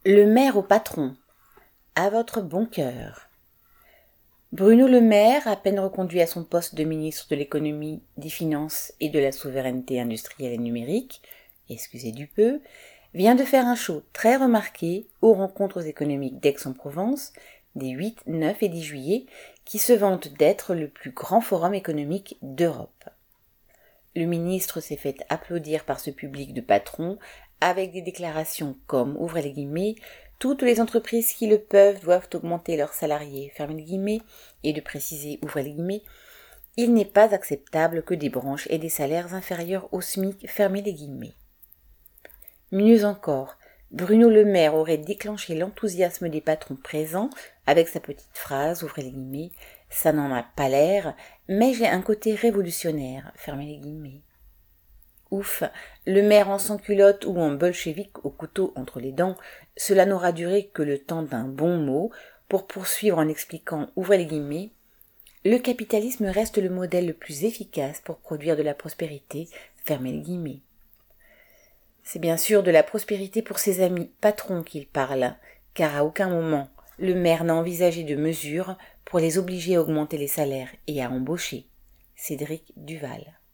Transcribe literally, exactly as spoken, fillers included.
Le maire au patron. À votre bon cœur. Bruno Le Maire, à peine reconduit à son poste de ministre de l'économie, des finances et de la souveraineté industrielle et numérique, excusez du peu, vient de faire un show très remarqué aux rencontres économiques d'Aix-en-Provence des huit, neuf et dix juillet, qui se vante d'être le plus grand forum économique d'Europe. Le ministre s'est fait applaudir par ce public de patrons avec des déclarations comme, ouvrez les guillemets, toutes les entreprises qui le peuvent doivent augmenter leurs salariés, fermez les guillemets, et de préciser, ouvrez les guillemets, il n'est pas acceptable que des branches aient des salaires inférieurs au SMIC, fermez les guillemets. Mieux encore, Bruno Le Maire aurait déclenché l'enthousiasme des patrons présents avec sa petite phrase, ouvrez les guillemets, ça n'en a pas l'air, mais j'ai un côté révolutionnaire, fermez les guillemets. Ouf, le maire en sans-culotte ou en bolchevique au couteau entre les dents, cela n'aura duré que le temps d'un bon mot pour poursuivre en expliquant, ouvrez les guillemets, le capitalisme reste le modèle le plus efficace pour produire de la prospérité, fermez les guillemets. C'est bien sûr de la prospérité pour ses amis patrons qu'il parle, car à aucun moment le maire n'a envisagé de mesures pour les obliger à augmenter les salaires et à embaucher. Cédric Duval.